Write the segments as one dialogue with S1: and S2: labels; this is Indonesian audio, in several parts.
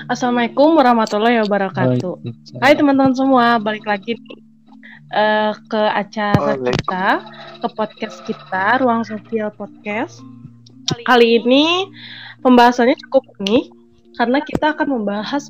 S1: Assalamualaikum warahmatullahi wabarakatuh. Hai teman-teman semua, balik lagi nih, ke acara kita, ke podcast kita, Ruang Sosial Podcast. Kali ini pembahasannya cukup unik karena kita akan membahas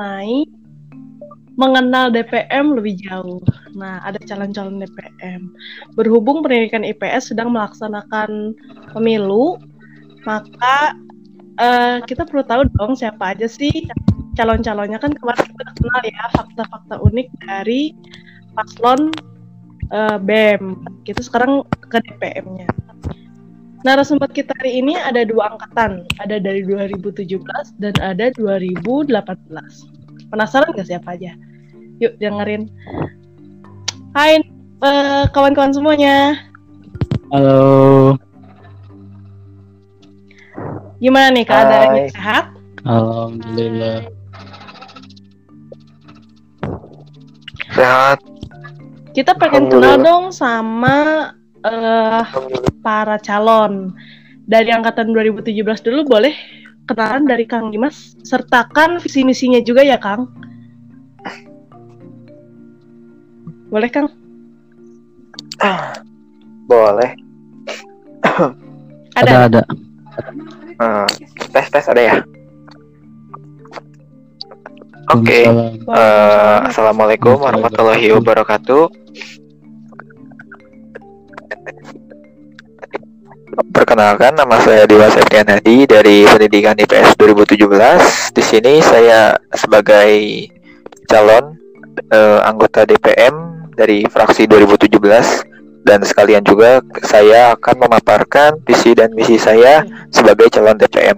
S1: mengenal DPM lebih jauh. Nah, ada calon-calon DPM. Berhubung pendidikan IPS sedang melaksanakan pemilu, maka kita perlu tahu dong siapa aja sih calon-calonnya. Kan kemarin kita kenal ya fakta-fakta unik dari paslon BEM. Kita sekarang ke DPM-nya. Narasumber kita hari ini ada dua angkatan, ada dari 2017 dan ada 2018. Penasaran nggak siapa aja? Yuk dengerin. Hai kawan-kawan semuanya.
S2: Halo.
S1: Gimana nih keadaannya, sehat?
S2: Alhamdulillah.
S3: Sehat.
S1: Kita pengen kenal dong sama para calon. Dari angkatan 2017 dulu boleh kenalan dari Kang Dimas, sertakan visi misinya juga ya Kang. Boleh Kang?
S3: Boleh.
S2: Ada.
S3: Tes ada ya? Oke. Assalamualaikum warahmatullahi wabarakatuh. Perkenalkan, nama saya Dewa Septian Hadi dari Pendidikan IPS 2017. Di sini saya sebagai calon anggota DPM dari fraksi 2017, dan sekalian juga saya akan memaparkan visi dan misi saya sebagai calon DPM.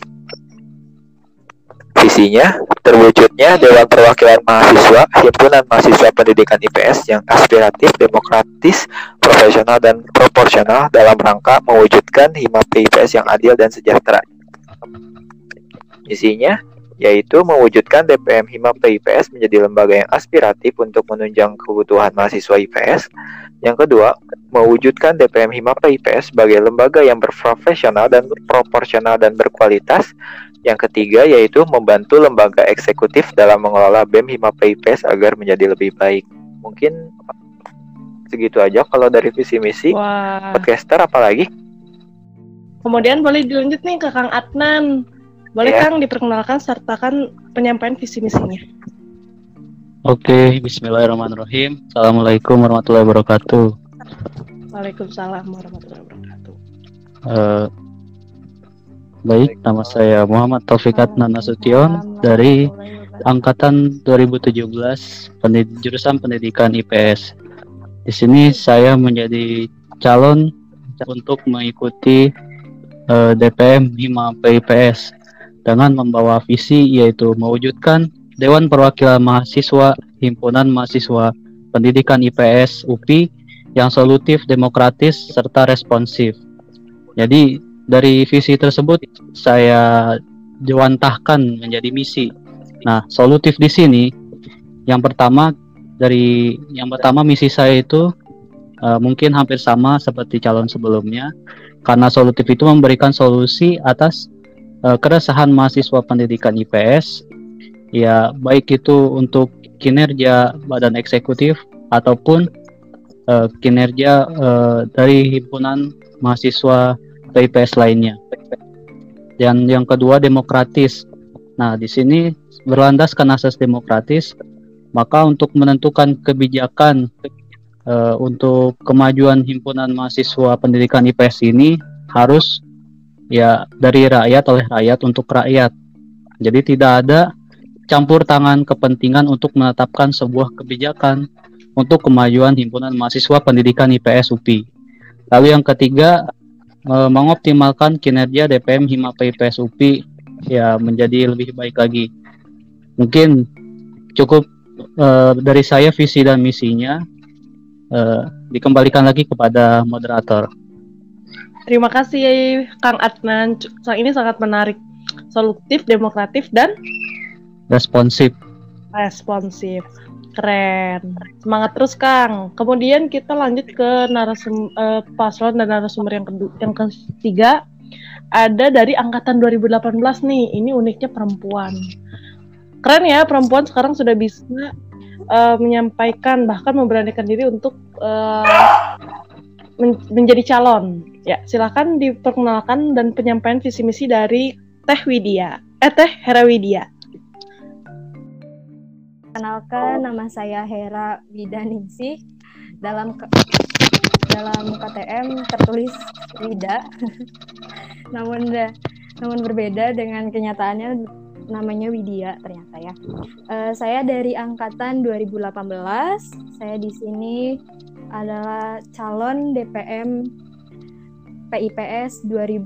S3: Visinya, terwujudnya Dewan Perwakilan Mahasiswa, Himpunan Mahasiswa Pendidikan IPS yang aspiratif, demokratis, profesional, dan proporsional dalam rangka mewujudkan HIMAP IPS yang adil dan sejahtera. Misinya, yaitu mewujudkan DPM HIMAP IPS menjadi lembaga yang aspiratif untuk menunjang kebutuhan mahasiswa IPS. Yang kedua, mewujudkan DPM HIMAP IPS sebagai lembaga yang berprofesional dan proporsional dan berkualitas. Yang ketiga, yaitu membantu lembaga eksekutif dalam mengelola BEM HIMAP IPS agar menjadi lebih baik. Mungkin segitu aja kalau dari visi misi. Podcaster apalagi?
S1: Kemudian boleh dilanjut nih ke Kang Adnan. Boleh Kang diperkenalkan sertakan penyampaian visi misinya.
S2: Oke, bismillahirrahmanirrahim. Assalamualaikum warahmatullahi wabarakatuh.
S1: Waalaikumsalam warahmatullahi wabarakatuh.
S2: Baik, nama saya Muhammad Taufik Adnan Nasution dari angkatan 2017 jurusan Pendidikan IPS. Di sini saya menjadi calon untuk mengikuti DPM HIMAP IPS dengan membawa visi yaitu mewujudkan Dewan Perwakilan Mahasiswa Himpunan Mahasiswa Pendidikan IPS UPI yang solutif, demokratis, serta responsif. Jadi dari visi tersebut saya jawantahkan menjadi misi. Nah, solutif di sini yang pertama misi saya itu mungkin hampir sama seperti calon sebelumnya, karena solutif itu memberikan solusi atas keresahan mahasiswa pendidikan IPS, ya baik itu untuk kinerja badan eksekutif ataupun kinerja dari himpunan mahasiswa IPS lainnya. Dan yang kedua, demokratis. Nah, di sini berlandaskan asas demokratis, maka untuk menentukan kebijakan untuk kemajuan himpunan mahasiswa pendidikan IPS ini harus ya dari rakyat, oleh rakyat, untuk rakyat. Jadi tidak ada campur tangan kepentingan untuk menetapkan sebuah kebijakan untuk kemajuan himpunan mahasiswa pendidikan IPS UPI. Lalu yang ketiga, mengoptimalkan kinerja DPM HIMAP IPS UPI ya menjadi lebih baik lagi. Mungkin cukup dari saya visi dan misinya. Dikembalikan lagi kepada moderator.
S1: Terima kasih Kang Adnan. Ini sangat menarik. Solutif, demokratif, dan
S2: responsif.
S1: Keren. Semangat terus Kang. Kemudian kita lanjut ke paslon dan narasumber yang ketiga. Ada dari angkatan 2018 nih. Ini uniknya perempuan. keren ya, perempuan sekarang sudah bisa menyampaikan, bahkan memberanikan diri untuk menjadi calon. Ya, silakan diperkenalkan dan penyampaian visi misi dari Teh Hera Widya.
S4: Kenalkan, nama saya Hera Widaningsih. Dalam KTM tertulis Wida. namun berbeda dengan kenyataannya namanya Widya ternyata ya. Saya dari angkatan 2018. Saya di sini adalah calon DPM PIPS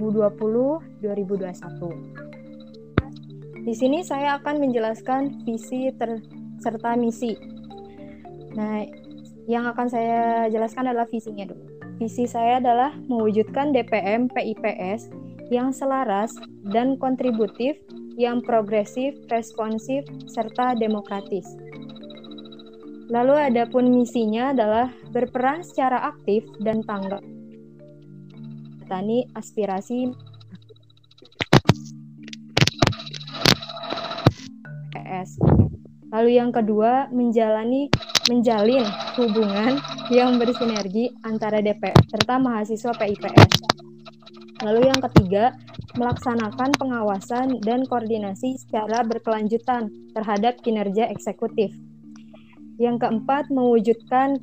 S4: 2020-2021. Di sini saya akan menjelaskan visi serta misi. Nah, yang akan saya jelaskan adalah visinya dulu. Visi saya adalah mewujudkan DPM PIPS yang selaras dan kontributif, yang progresif, responsif, serta demokratis. Lalu adapun misinya adalah berperan secara aktif dan tanggap menjembatani aspirasi PIPS. Lalu yang kedua, menjalin hubungan yang bersinergi antara DPR serta mahasiswa PIPS. Lalu yang ketiga, melaksanakan pengawasan dan koordinasi secara berkelanjutan terhadap kinerja eksekutif. Yang keempat, mewujudkan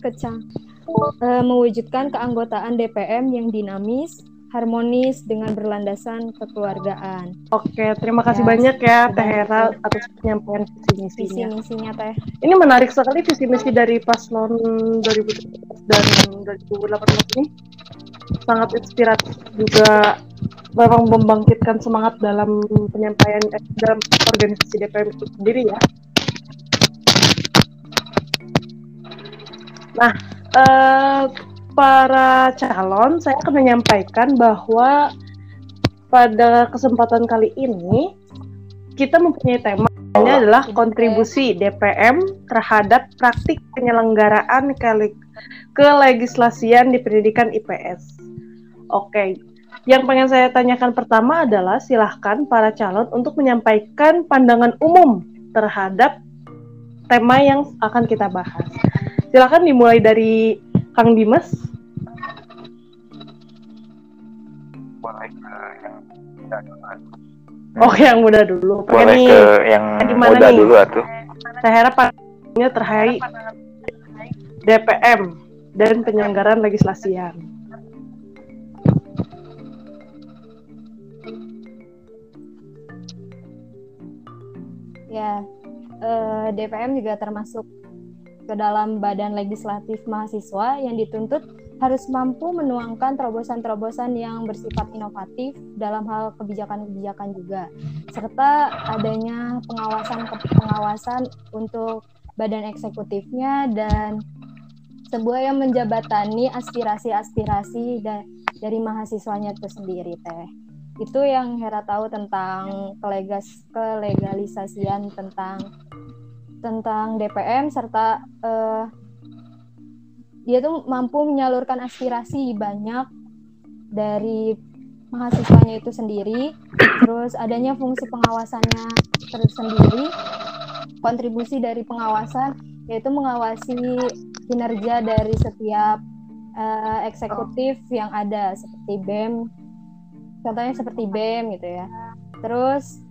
S4: keanggotaan DPM yang dinamis, harmonis dengan berlandasan kekeluargaan.
S1: Oke, terima kasih banyak ya Teh Hera atas penyampaian visi misinya.
S4: Teh.
S1: Ini menarik sekali visi misi dari paslon 2017 dan 2018 ini. Sangat inspiratif juga, memang membangkitkan semangat dalam penyampaian dalam organisasi DPM itu sendiri ya. Nah, para calon, saya akan menyampaikan bahwa pada kesempatan kali ini kita mempunyai temanya adalah kontribusi DPM terhadap praktik penyelenggaraan kelegislasian di pendidikan IPS. Oke, yang pengen saya tanyakan pertama adalah silahkan para calon untuk menyampaikan pandangan umum terhadap tema yang akan kita bahas. Silahkan dimulai dari Kang Dimas. Oke, yang muda dulu.
S3: Boleh
S1: nih,
S3: ke yang muda dulu atuh.
S1: Saya harap pandangannya terkait DPM dan penyelenggaraan legislasian.
S4: Ya, DPM juga termasuk ke dalam badan legislatif mahasiswa yang dituntut harus mampu menuangkan terobosan-terobosan yang bersifat inovatif dalam hal kebijakan-kebijakan juga, serta adanya pengawasan untuk badan eksekutifnya dan sebuah yang menjabatani aspirasi-aspirasi dari mahasiswanya itu sendiri Teh. Itu yang Hera tahu tentang kelegalisasian tentang DPM, serta dia tuh mampu menyalurkan aspirasi banyak dari mahasiswanya itu sendiri. Terus adanya fungsi pengawasannya tersendiri, kontribusi dari pengawasan yaitu mengawasi kinerja dari setiap eksekutif yang ada, seperti BEM, contohnya seperti BEM gitu ya. Terus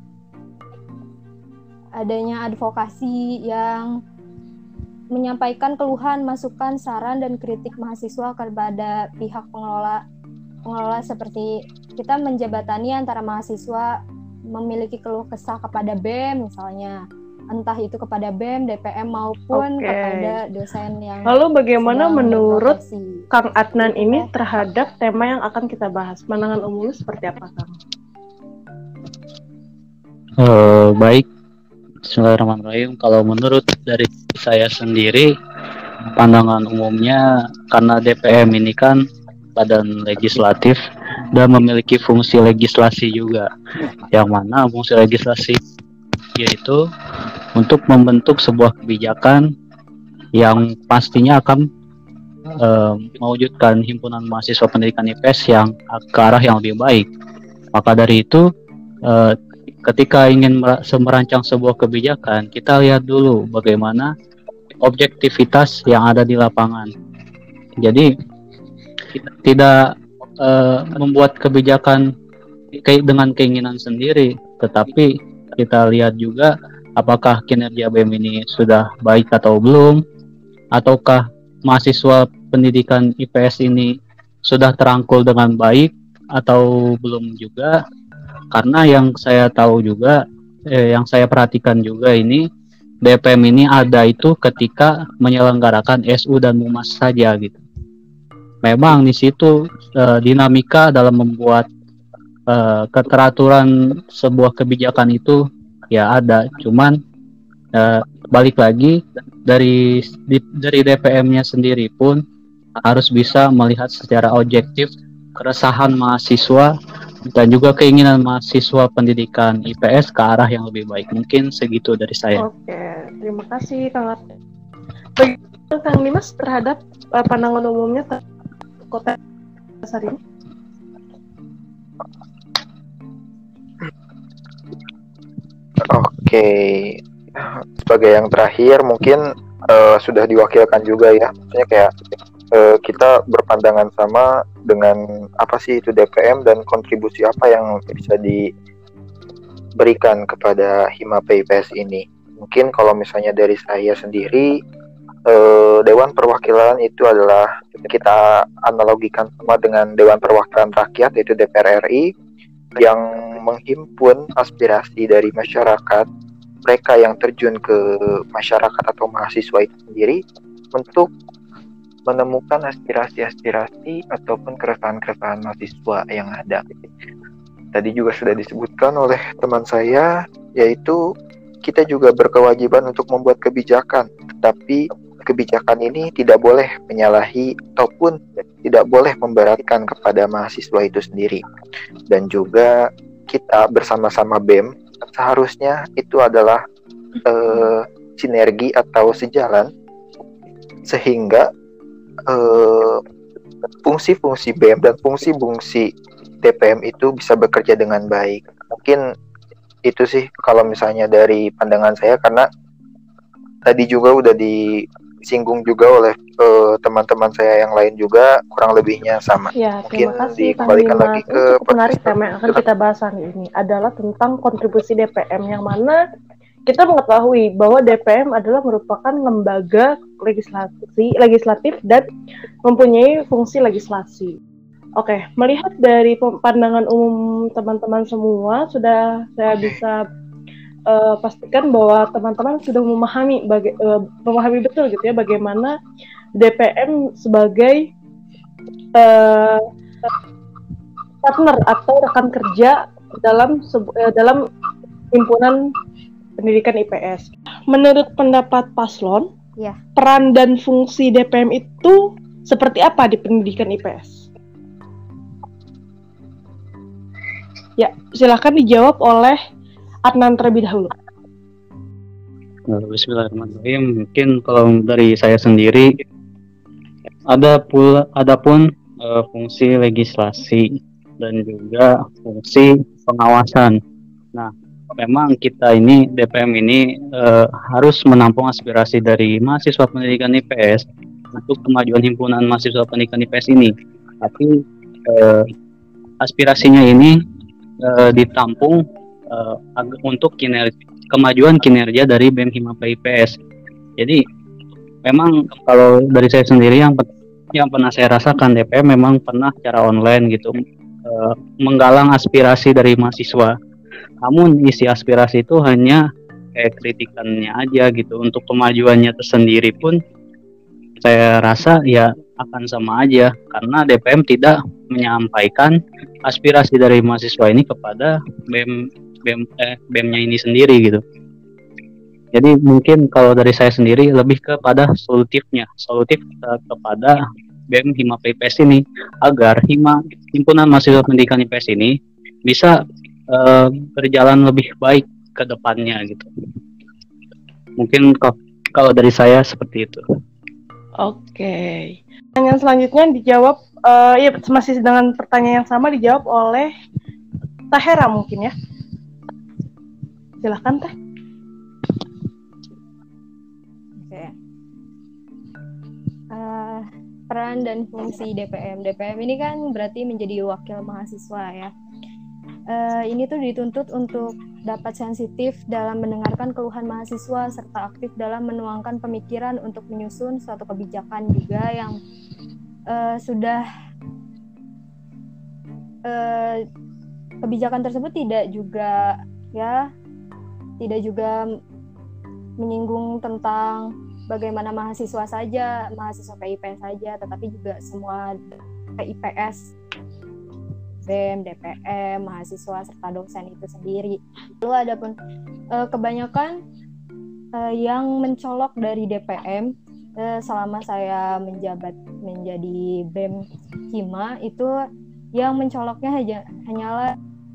S4: adanya advokasi yang menyampaikan keluhan, masukan, saran, dan kritik mahasiswa kepada pihak pengelola seperti kita menjabatani antara mahasiswa memiliki keluh kesah kepada BEM misalnya, entah itu kepada BEM, DPM maupun kepada dosen yang.
S1: Lalu bagaimana menurut Kang Adnan ini terhadap tema yang akan kita bahas? Pandangan umumnya seperti apa, Kang?
S2: Baik. Bismillahirrahmanirrahim. Kalau menurut dari saya sendiri, pandangan umumnya karena DPM ini kan badan legislatif dan memiliki fungsi legislasi juga, yang mana fungsi legislasi yaitu untuk membentuk sebuah kebijakan yang pastinya akan mewujudkan himpunan mahasiswa pendidikan IPS yang ke arah yang lebih baik. Maka dari itu ketika ingin merancang sebuah kebijakan, kita lihat dulu bagaimana objektivitas yang ada di lapangan. Jadi kita tidak membuat kebijakan dengan keinginan sendiri, tetapi kita lihat juga apakah kinerja BEM ini sudah baik atau belum, ataukah mahasiswa pendidikan IPS ini sudah terangkul dengan baik atau belum juga. Karena yang saya tahu juga, yang saya perhatikan juga ini, DPM ini ada itu ketika menyelenggarakan SU dan MUMAS saja gitu. Memang di situ dinamika dalam membuat keteraturan sebuah kebijakan itu ya ada, cuman balik lagi dari DPM-nya sendiri pun harus bisa melihat secara objektif keresahan mahasiswa dan juga keinginan mahasiswa pendidikan IPS ke arah yang lebih baik. Mungkin segitu dari saya.
S1: Oke, terima kasih Kang Ardi. Bagaimana Kang Dimas terhadap pandangan umumnya Kota Dasar ini?
S3: Oke, sebagai yang terakhir mungkin sudah diwakilkan juga ya, maksudnya kayak kita berpandangan sama dengan apa sih itu DPM dan kontribusi apa yang bisa diberikan kepada Hima PIPS ini. Mungkin kalau misalnya dari saya sendiri, Dewan Perwakilan itu adalah kita analogikan sama dengan Dewan Perwakilan Rakyat, yaitu DPR RI, yang menghimpun aspirasi dari masyarakat, mereka yang terjun ke masyarakat atau mahasiswa itu sendiri untuk menemukan aspirasi-aspirasi ataupun keresahan-keresahan mahasiswa yang ada. Tadi juga sudah disebutkan oleh teman saya, yaitu kita juga berkewajiban untuk membuat kebijakan, tetapi kebijakan ini tidak boleh menyalahi ataupun tidak boleh memberatkan kepada mahasiswa itu sendiri. Dan juga kita bersama-sama BEM seharusnya itu adalah sinergi atau sejalan, sehingga fungsi-fungsi BEM dan fungsi-fungsi DPM itu bisa bekerja dengan baik. Mungkin itu sih kalau misalnya dari pandangan saya, karena tadi juga udah disinggung juga oleh teman-teman saya yang lain juga, kurang lebihnya sama.
S1: Ya,
S3: mungkin
S1: terima kasih
S3: dikembalikan lagi ke
S1: cukup menarik. Tema yang akan kita bahas hari ini adalah tentang kontribusi DPM, yang mana kita mengetahui bahwa DPM adalah merupakan lembaga legislatif dan mempunyai fungsi legislasi. Oke, melihat dari pandangan umum teman-teman semua, sudah saya bisa pastikan bahwa teman-teman sudah memahami betul gitu ya bagaimana DPM sebagai partner atau rekan kerja dalam himpunan pendidikan IPS. Menurut pendapat Paslon,
S4: Ya.
S1: peran dan fungsi DPM itu seperti apa di pendidikan IPS? Ya, silakan dijawab oleh Adnan terlebih dahulu.
S2: Bismillahirrahmanirrahim. Mungkin kalau dari saya sendiri, ada pun fungsi legislasi dan juga fungsi pengawasan. Nah, memang kita ini DPM ini harus menampung aspirasi dari mahasiswa pendidikan IPS untuk kemajuan himpunan mahasiswa pendidikan IPS ini. Tapi aspirasinya ini ditampung untuk kemajuan kinerja dari BEM Hima PIPS. Jadi memang kalau dari saya sendiri yang pernah saya rasakan, DPM memang pernah secara online gitu menggalang aspirasi dari mahasiswa. Namun isi aspirasi itu hanya kayak kritikannya aja gitu. Untuk kemajuannya tersendiri pun saya rasa ya akan sama aja, karena DPM tidak menyampaikan aspirasi dari mahasiswa ini kepada BEM-nya ini sendiri gitu. Jadi mungkin kalau dari saya sendiri lebih kepada solutif kepada BEM Hima PIPS ini, agar himpunan mahasiswa pendidikan IPS ini bisa berjalan lebih baik ke depannya gitu. Mungkin kalau dari saya seperti itu.
S1: Oke. Pertanyaan selanjutnya dijawab ya masih dengan pertanyaan yang sama, dijawab oleh Tahera mungkin ya. Silahkan Teh.
S4: Oke. Peran dan fungsi DPM. DPM ini kan berarti menjadi wakil mahasiswa ya. Ini tuh dituntut untuk dapat sensitif dalam mendengarkan keluhan mahasiswa serta aktif dalam menuangkan pemikiran untuk menyusun suatu kebijakan juga yang sudah kebijakan tersebut tidak juga menyinggung tentang bagaimana mahasiswa saja, mahasiswa PIPS saja, tetapi juga semua PIPS, BEM, DPM, mahasiswa serta dosen itu sendiri. Lalu ada pun kebanyakan yang mencolok dari DPM selama saya menjabat menjadi BEM Hima itu yang mencoloknya hanyalah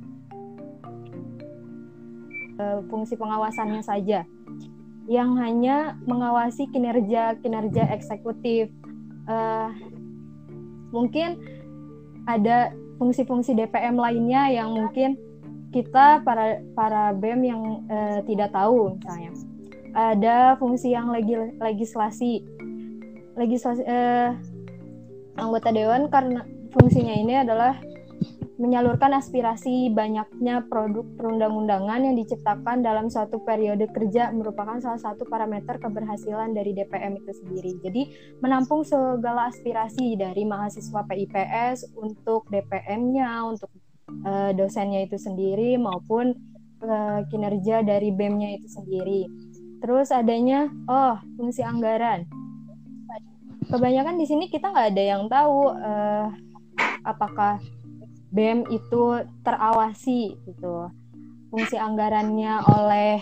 S4: fungsi pengawasannya saja, yang hanya mengawasi kinerja eksekutif. Mungkin ada fungsi-fungsi DPM lainnya yang mungkin kita para BEM yang tidak tahu. Misalnya ada fungsi yang legislasi anggota dewan, karena fungsinya ini adalah menyalurkan aspirasi. Banyaknya produk perundang-undangan yang diciptakan dalam suatu periode kerja merupakan salah satu parameter keberhasilan dari DPM itu sendiri. Jadi menampung segala aspirasi dari mahasiswa PIPS untuk DPM-nya, untuk dosennya itu sendiri, maupun kinerja dari BEM-nya itu sendiri. Terus adanya fungsi anggaran. Kebanyakan di sini kita nggak ada yang tahu apakah BEM itu terawasi gitu, fungsi anggarannya oleh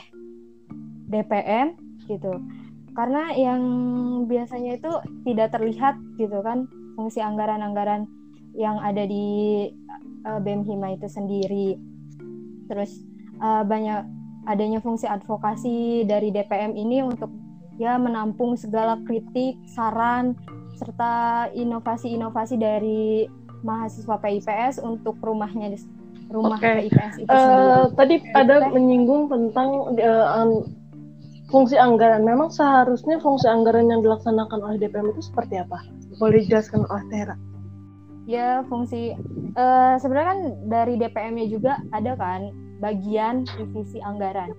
S4: DPM gitu, karena yang biasanya itu tidak terlihat gitu kan, fungsi anggaran yang ada di BEM Hima itu sendiri. Terus banyak adanya fungsi advokasi dari DPM ini untuk menampung segala kritik, saran, serta inovasi-inovasi dari mahasiswa PIPS untuk rumah PIPS itu sendiri.
S1: Tadi ada menyinggung tentang fungsi anggaran. Memang seharusnya fungsi anggaran yang dilaksanakan oleh DPM itu seperti apa? Boleh dijelaskan oleh Tera?
S4: Ya, fungsi sebenarnya kan dari DPM-nya juga ada kan bagian divisi anggaran.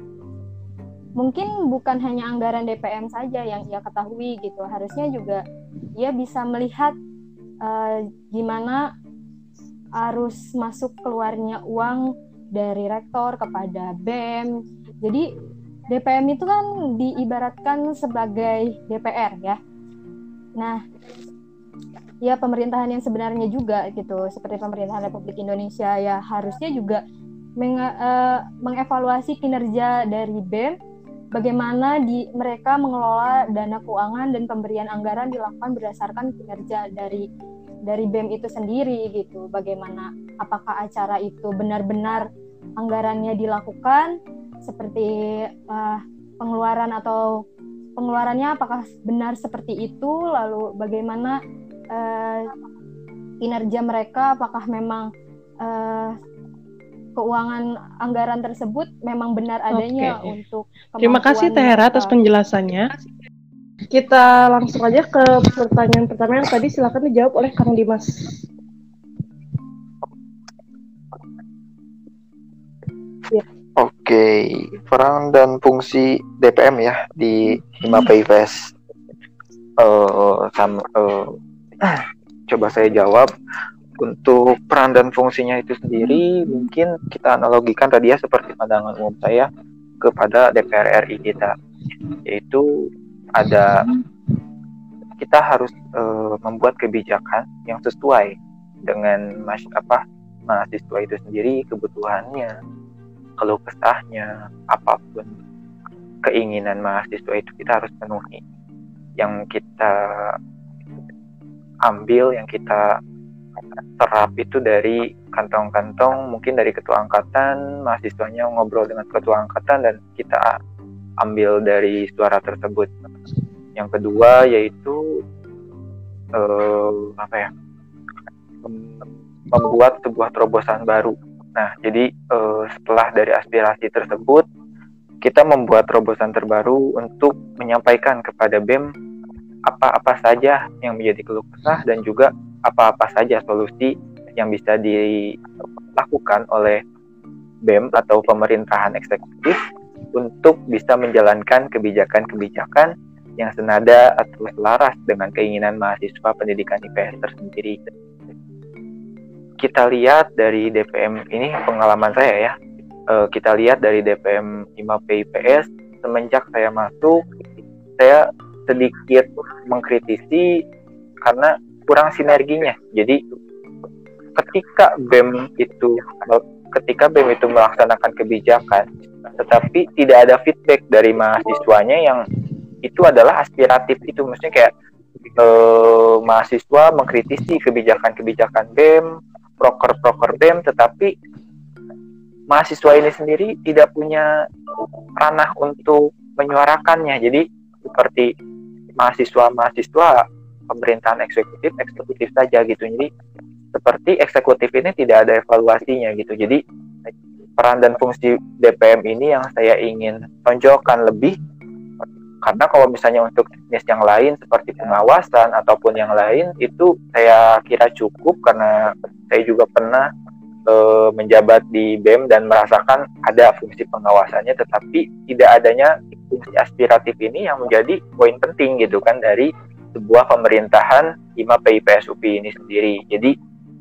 S4: Mungkin bukan hanya anggaran DPM saja yang ia ketahui gitu, harusnya juga ia bisa melihat gimana arus masuk keluarnya uang dari rektor kepada BEM. Jadi DPM itu kan diibaratkan sebagai DPR ya. Nah, ya pemerintahan yang sebenarnya juga gitu, seperti pemerintahan Republik Indonesia ya harusnya juga mengevaluasi kinerja dari BEM, bagaimana mereka mengelola dana keuangan dan pemberian anggaran dilakukan berdasarkan kinerja dari BEM itu sendiri gitu. Bagaimana, apakah acara itu benar-benar anggarannya dilakukan seperti pengeluarannya apakah benar seperti itu, lalu bagaimana kinerja mereka, apakah memang keuangan anggaran tersebut memang benar adanya untuk kemampuan.
S1: Terima kasih Tera atas penjelasannya. Kita langsung aja ke pertanyaan pertama yang tadi, silakan dijawab oleh Kang Dimas.
S3: Ya. Oke, peran dan fungsi DPM ya di Hima PIPS. Coba saya jawab. Untuk peran dan fungsinya itu sendiri, mungkin kita analogikan tadi ya seperti pandangan umum saya kepada DPR RI kita, yaitu kita harus membuat kebijakan yang sesuai dengan mahasiswa itu sendiri, kebutuhannya, keluh kesahnya, apapun keinginan mahasiswa itu kita harus penuhi. Yang kita ambil, yang kita serap itu dari kantong-kantong, mungkin dari ketua angkatan, mahasiswanya ngobrol dengan ketua angkatan dan kita ambil dari suara tersebut. Yang kedua yaitu membuat sebuah terobosan baru Nah, jadi setelah dari aspirasi tersebut, kita membuat terobosan terbaru untuk menyampaikan kepada BEM apa-apa saja yang menjadi keluh kesah dan juga apa-apa saja solusi yang bisa dilakukan oleh BEM atau pemerintahan eksekutif untuk bisa menjalankan kebijakan-kebijakan yang senada atau selaras dengan keinginan mahasiswa pendidikan IPS tersendiri. Kita lihat dari DPM ini, pengalaman saya ya, kita lihat dari DPM HIMAP IPS, semenjak saya masuk, saya sedikit mengkritisi karena kurang sinerginya. Jadi ketika BEM itu melaksanakan kebijakan, tetapi tidak ada feedback dari mahasiswanya yang itu adalah aspiratif itu, maksudnya kayak mahasiswa mengkritisi kebijakan-kebijakan BEM, proker-proker BEM, tetapi mahasiswa ini sendiri tidak punya ranah untuk menyuarakannya. Jadi seperti mahasiswa pemerintahan eksekutif saja gitu. Jadi seperti eksekutif ini tidak ada evaluasinya gitu. Jadi peran dan fungsi DPM ini yang saya ingin tonjolkan lebih, karena kalau misalnya untuk jenis yang lain seperti pengawasan ataupun yang lain itu saya kira cukup, karena saya juga pernah menjabat di BEM dan merasakan ada fungsi pengawasannya, tetapi tidak adanya fungsi aspiratif ini yang menjadi poin penting gitu kan dari sebuah pemerintahan HIMAP IPS UPI ini sendiri. Jadi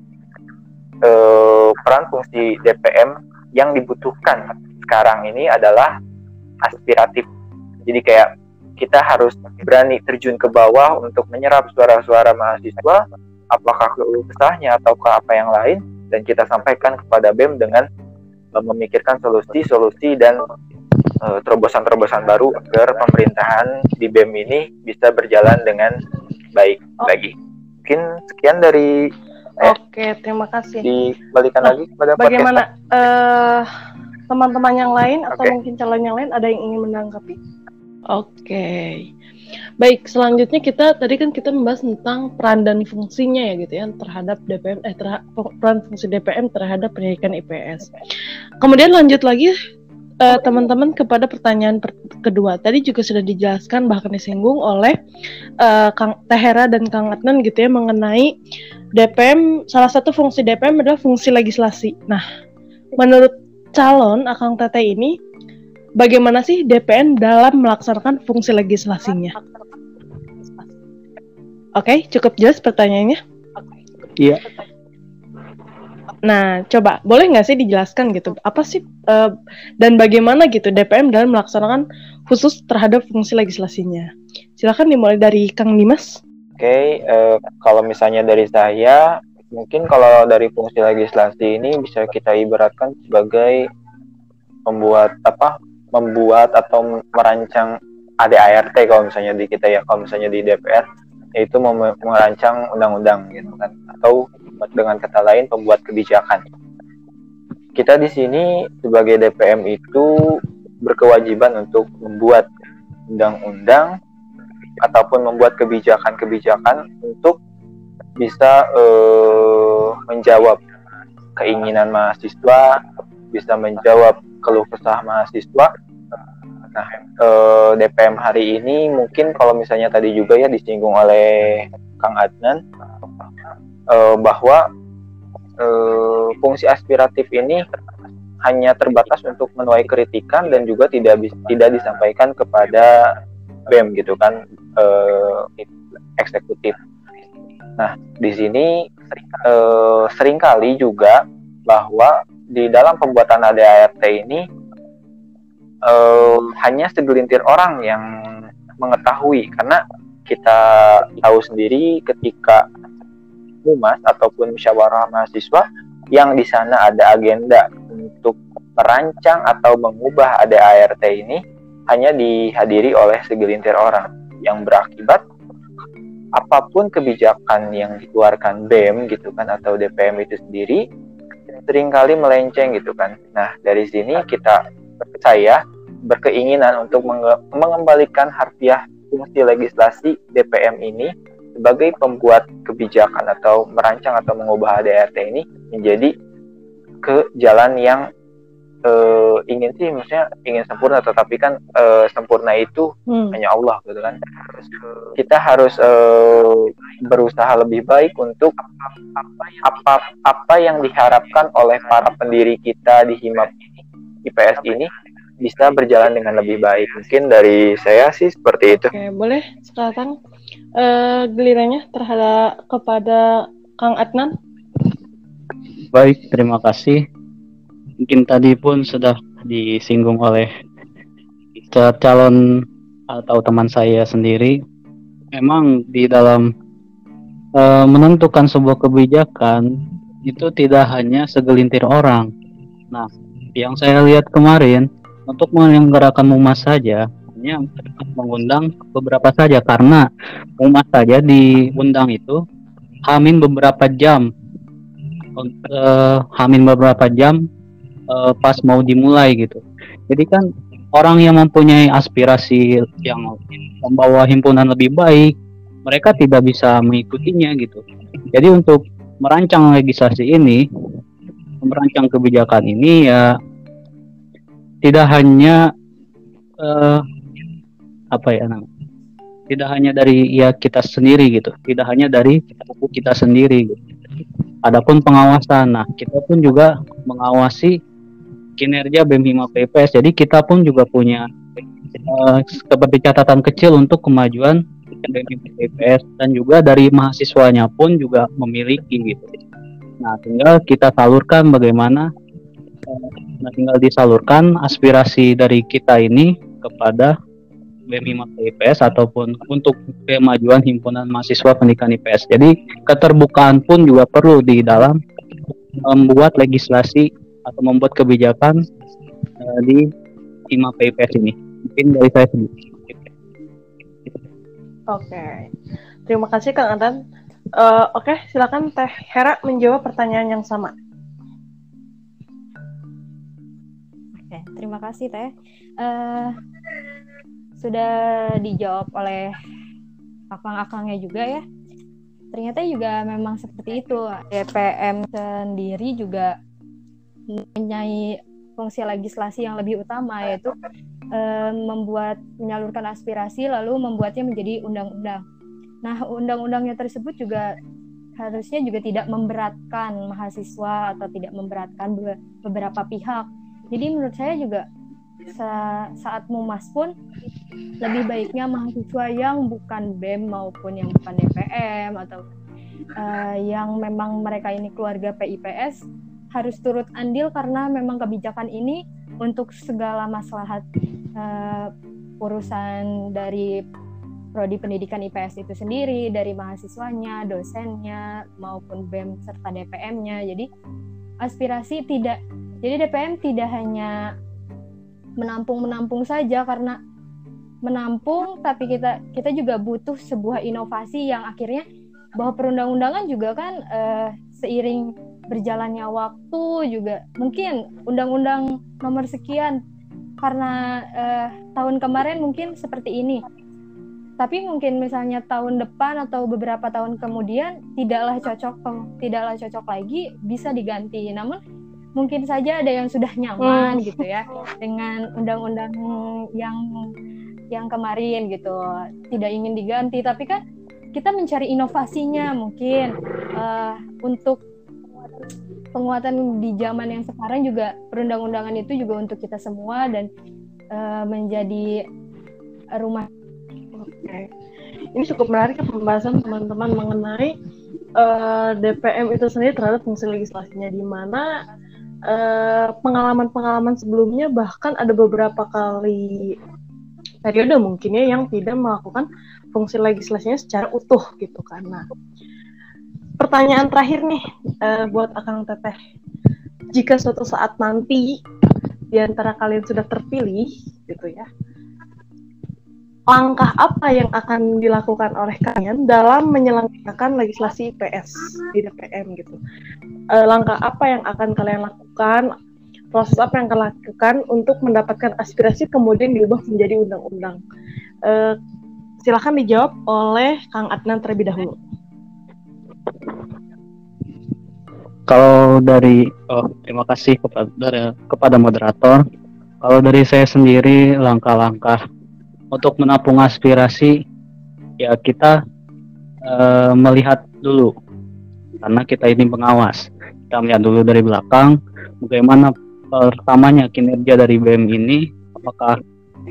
S3: peran fungsi DPM yang dibutuhkan sekarang ini adalah aspiratif. Jadi kayak kita harus berani terjun ke bawah untuk menyerap suara-suara mahasiswa, apakah keluh kesahnya ataukah apa yang lain, dan kita sampaikan kepada BEM dengan memikirkan solusi-solusi dan terobosan-terobosan baru agar pemerintahan di BEM ini bisa berjalan dengan baik lagi. Mungkin sekian dari
S1: Oke, terima kasih.
S3: Dikembalikan lagi kepada
S1: bagaimana teman-teman yang lain atau mungkin calon yang lain ada yang ingin menanggapi? Oke. Baik, selanjutnya kita membahas tentang peran dan fungsinya ya gitu ya terhadap DPM peran fungsi DPM terhadap pendidikan IPS. Kemudian lanjut lagi teman-teman kepada pertanyaan kedua. Tadi juga sudah dijelaskan bahkan disinggung oleh Kang Tehera dan Kang Adnan gitu ya mengenai DPM. Salah satu fungsi DPM adalah fungsi legislasi. Nah, menurut calon Akang Teteh ini, bagaimana sih DPM dalam melaksanakan fungsi legislasinya? Oke, cukup jelas pertanyaannya?
S2: Iya.
S1: Nah, coba boleh nggak sih dijelaskan gitu, apa sih dan bagaimana gitu DPM dalam melaksanakan khusus terhadap fungsi legislasinya? Silakan dimulai dari Kang Dimas.
S3: Oke, kalau misalnya dari saya, mungkin kalau dari fungsi legislasi ini bisa kita ibaratkan sebagai membuat atau merancang ADART kalau misalnya di kita ya, kalau misalnya di DPR yaitu merancang undang-undang gitu kan, atau dengan kata lain pembuat kebijakan. Kita di sini sebagai DPM itu berkewajiban untuk membuat undang-undang ataupun membuat kebijakan-kebijakan untuk bisa menjawab keinginan mahasiswa, bisa menjawab keluh kesah mahasiswa. Nah, DPM hari ini mungkin kalau misalnya tadi juga ya disinggung oleh Kang Adnan, bahwa fungsi aspiratif ini hanya terbatas untuk menuai kritikan dan juga tidak disampaikan kepada BEM gitu kan, eksekutif. Nah, di sini seringkali juga bahwa di dalam pembuatan ADART ini hanya segelintir orang yang mengetahui, karena kita tahu sendiri ketika humas ataupun musyawarah mahasiswa yang di sana ada agenda untuk merancang atau mengubah ADART ini hanya dihadiri oleh segelintir orang, yang berakibat apapun kebijakan yang dikeluarkan BEM gitu kan atau DPM itu sendiri seringkali melenceng gitu kan. Nah, dari sini saya berkeinginan untuk mengembalikan harfiah fungsi legislasi DPM ini sebagai pembuat kebijakan atau merancang atau mengubah ADART ini menjadi ke jalan yang ingin sempurna, tetapi kan sempurna itu hanya Allah gitu kan. Kita harus berusaha lebih baik untuk apa yang diharapkan oleh para pendiri kita di Himap IPS ini bisa berjalan dengan lebih baik. Mungkin dari saya sih seperti itu.
S1: Oke, boleh sekarang gilirannya kepada Kang Adnan.
S2: Baik, terima kasih. Mungkin tadi pun sudah disinggung oleh calon atau teman saya sendiri. Memang di dalam menentukan sebuah kebijakan itu tidak hanya segelintir orang. Nah, yang saya lihat kemarin untuk menyelenggarakan Mumas saja hanya mengundang beberapa saja, karena Mumas saja diundang itu hamin beberapa jam pas mau dimulai gitu. Jadi kan orang yang mempunyai aspirasi yang membawa himpunan lebih baik, mereka tidak bisa mengikutinya gitu. Jadi untuk merancang legislasi ini, merancang kebijakan ini ya tidak hanya tidak hanya dari kita sendiri gitu, tidak hanya dari buku kita sendiri gitu. Adapun pengawasan, nah kita pun juga mengawasi kinerja BEM Himap IPS. Jadi kita pun juga punya seperti catatan kecil untuk kemajuan BEM Himap IPS, dan juga dari mahasiswanya pun juga memiliki gitu. Nah, tinggal kita salurkan tinggal disalurkan aspirasi dari kita ini kepada BEM Himap IPS ataupun untuk kemajuan himpunan mahasiswa pendidikan IPS. Jadi keterbukaan pun juga perlu di dalam membuat legislasi atau membuat kebijakan di Himap IPS ini. Mungkin dari saya sendiri.
S1: Oke, terima kasih Kang Adnan. Oke, silakan Teh Hera menjawab pertanyaan yang sama.
S4: Oke, terima kasih Teh. Sudah dijawab oleh akang-akangnya juga ya. Ternyata juga memang seperti itu. DPM sendiri juga mempunyai fungsi legislasi yang lebih utama, yaitu menyalurkan aspirasi lalu membuatnya menjadi undang-undang. Nah, undang-undangnya tersebut juga harusnya juga tidak memberatkan mahasiswa atau tidak memberatkan beberapa pihak. Jadi menurut saya juga saat Mumas pun lebih baiknya mahasiswa yang bukan BEM maupun yang bukan DPM atau yang memang mereka ini keluarga PIPS harus turut andil, karena memang kebijakan ini untuk segala maslahat urusan dari prodi pendidikan IPS itu sendiri, dari mahasiswanya, dosennya maupun BEM serta DPM-nya. Jadi DPM tidak hanya menampung saja, karena menampung tapi kita juga butuh sebuah inovasi yang akhirnya bahwa perundang-undangan juga kan seiring berjalannya waktu juga mungkin undang-undang nomor sekian karena tahun kemarin mungkin seperti ini, tapi mungkin misalnya tahun depan atau beberapa tahun kemudian tidaklah cocok lagi, bisa diganti. Namun mungkin saja ada yang sudah nyaman gitu ya dengan undang-undang yang kemarin gitu, tidak ingin diganti, tapi kan kita mencari inovasinya mungkin untuk penguatan di zaman yang sekarang juga. Perundang-undangan itu juga untuk kita semua dan menjadi rumah.
S1: Oke. Ini cukup menarik ya pembahasan teman-teman mengenai DPM itu sendiri terhadap fungsi legislasinya, di mana pengalaman-pengalaman sebelumnya bahkan ada beberapa kali periode mungkin ya yang tidak melakukan fungsi legislasinya secara utuh gitu kan. Nah, pertanyaan terakhir nih buat Akang Teteh, jika suatu saat nanti di antara kalian sudah terpilih gitu ya, langkah apa yang akan dilakukan oleh kalian dalam menyelenggarakan legislasi IPS di DPM gitu? Langkah apa yang akan kalian lakukan? Proses apa yang kalian lakukan untuk mendapatkan aspirasi kemudian diubah menjadi undang-undang? Silakan dijawab oleh Kang Adnan terlebih dahulu.
S2: Kalau dari terima kasih kepada moderator. Kalau dari saya sendiri, langkah-langkah untuk menampung aspirasi, ya kita melihat dulu, karena kita ini pengawas. Kita melihat dulu dari belakang, bagaimana pertamanya kinerja dari BEM ini, apakah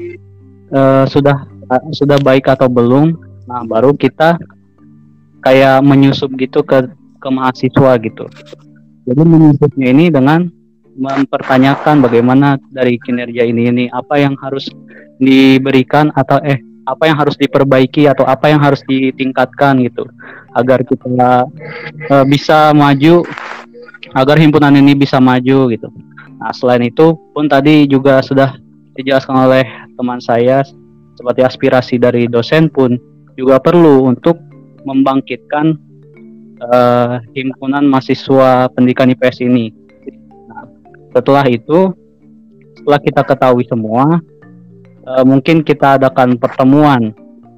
S2: sudah baik atau belum. Nah, baru kita kayak menyusup gitu ke mahasiswa gitu. Jadi menyusupnya ini dengan mempertanyakan bagaimana dari kinerja ini apa yang harus diberikan atau apa yang harus diperbaiki atau apa yang harus ditingkatkan gitu, agar kita bisa maju, agar himpunan ini bisa maju gitu. Nah, selain itu pun tadi juga sudah dijelaskan oleh teman saya, seperti aspirasi dari dosen pun juga perlu untuk membangkitkan himpunan mahasiswa pendidikan IPS ini. Nah, setelah itu, setelah kita ketahui semua, mungkin kita adakan pertemuan.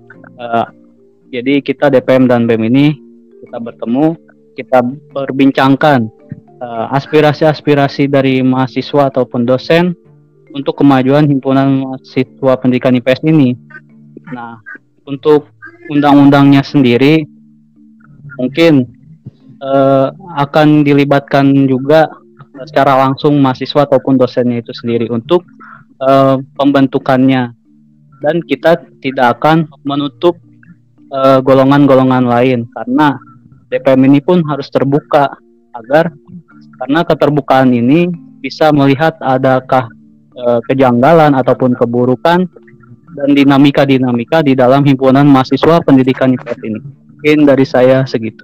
S2: Jadi kita DPM dan BEM ini kita bertemu, kita perbincangkan aspirasi-aspirasi dari mahasiswa ataupun dosen untuk kemajuan himpunan mahasiswa pendidikan IPS ini. Nah, untuk undang-undangnya sendiri mungkin akan dilibatkan juga secara langsung mahasiswa ataupun dosennya itu sendiri untuk pembentukannya, dan kita tidak akan menutup golongan-golongan lain, karena DPM ini pun harus terbuka, karena keterbukaan ini bisa melihat adakah kejanggalan ataupun keburukan dan dinamika di dalam himpunan mahasiswa pendidikan IPS ini. Mungkin dari saya segitu.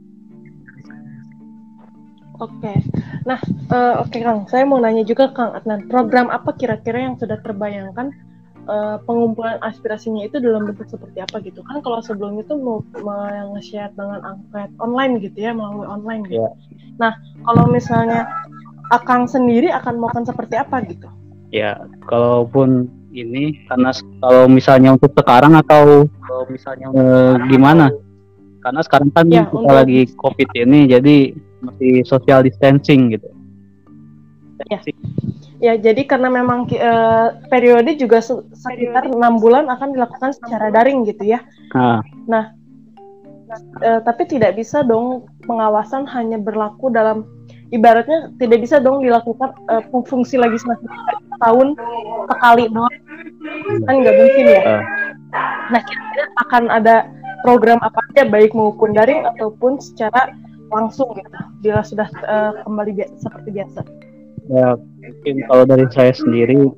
S1: Oke. Nah, oke Kang, saya mau nanya juga Kang Adnan, program apa kira-kira yang sudah terbayangkan pengumpulan aspirasinya itu dalam bentuk seperti apa gitu kan? Kalau sebelum itu mau nge-share dengan angket online gitu ya, melalui online gitu. Yeah. Nah, kalau misalnya Akang sendiri akan melakukan seperti apa gitu?
S2: Ya, kalaupun ini karena kalau misalnya untuk sekarang atau misalnya gimana? Karena sekarang kan ya, kita lagi COVID ini, jadi masih social distancing gitu.
S1: Ya, ya jadi karena memang periode juga sekitar 6 bulan akan dilakukan secara daring gitu ya. Nah, tapi tidak bisa dong pengawasan hanya berlaku dalam, ibaratnya tidak bisa dong dilakukan fungsi legislatif tahun sekali doang, kan nggak mungkin ya. Nah, kira-kira akan ada program apa aja baik maupun daring ataupun secara langsung gitu, bila sudah kembali seperti biasa.
S2: Ya, mungkin kalau dari saya sendiri,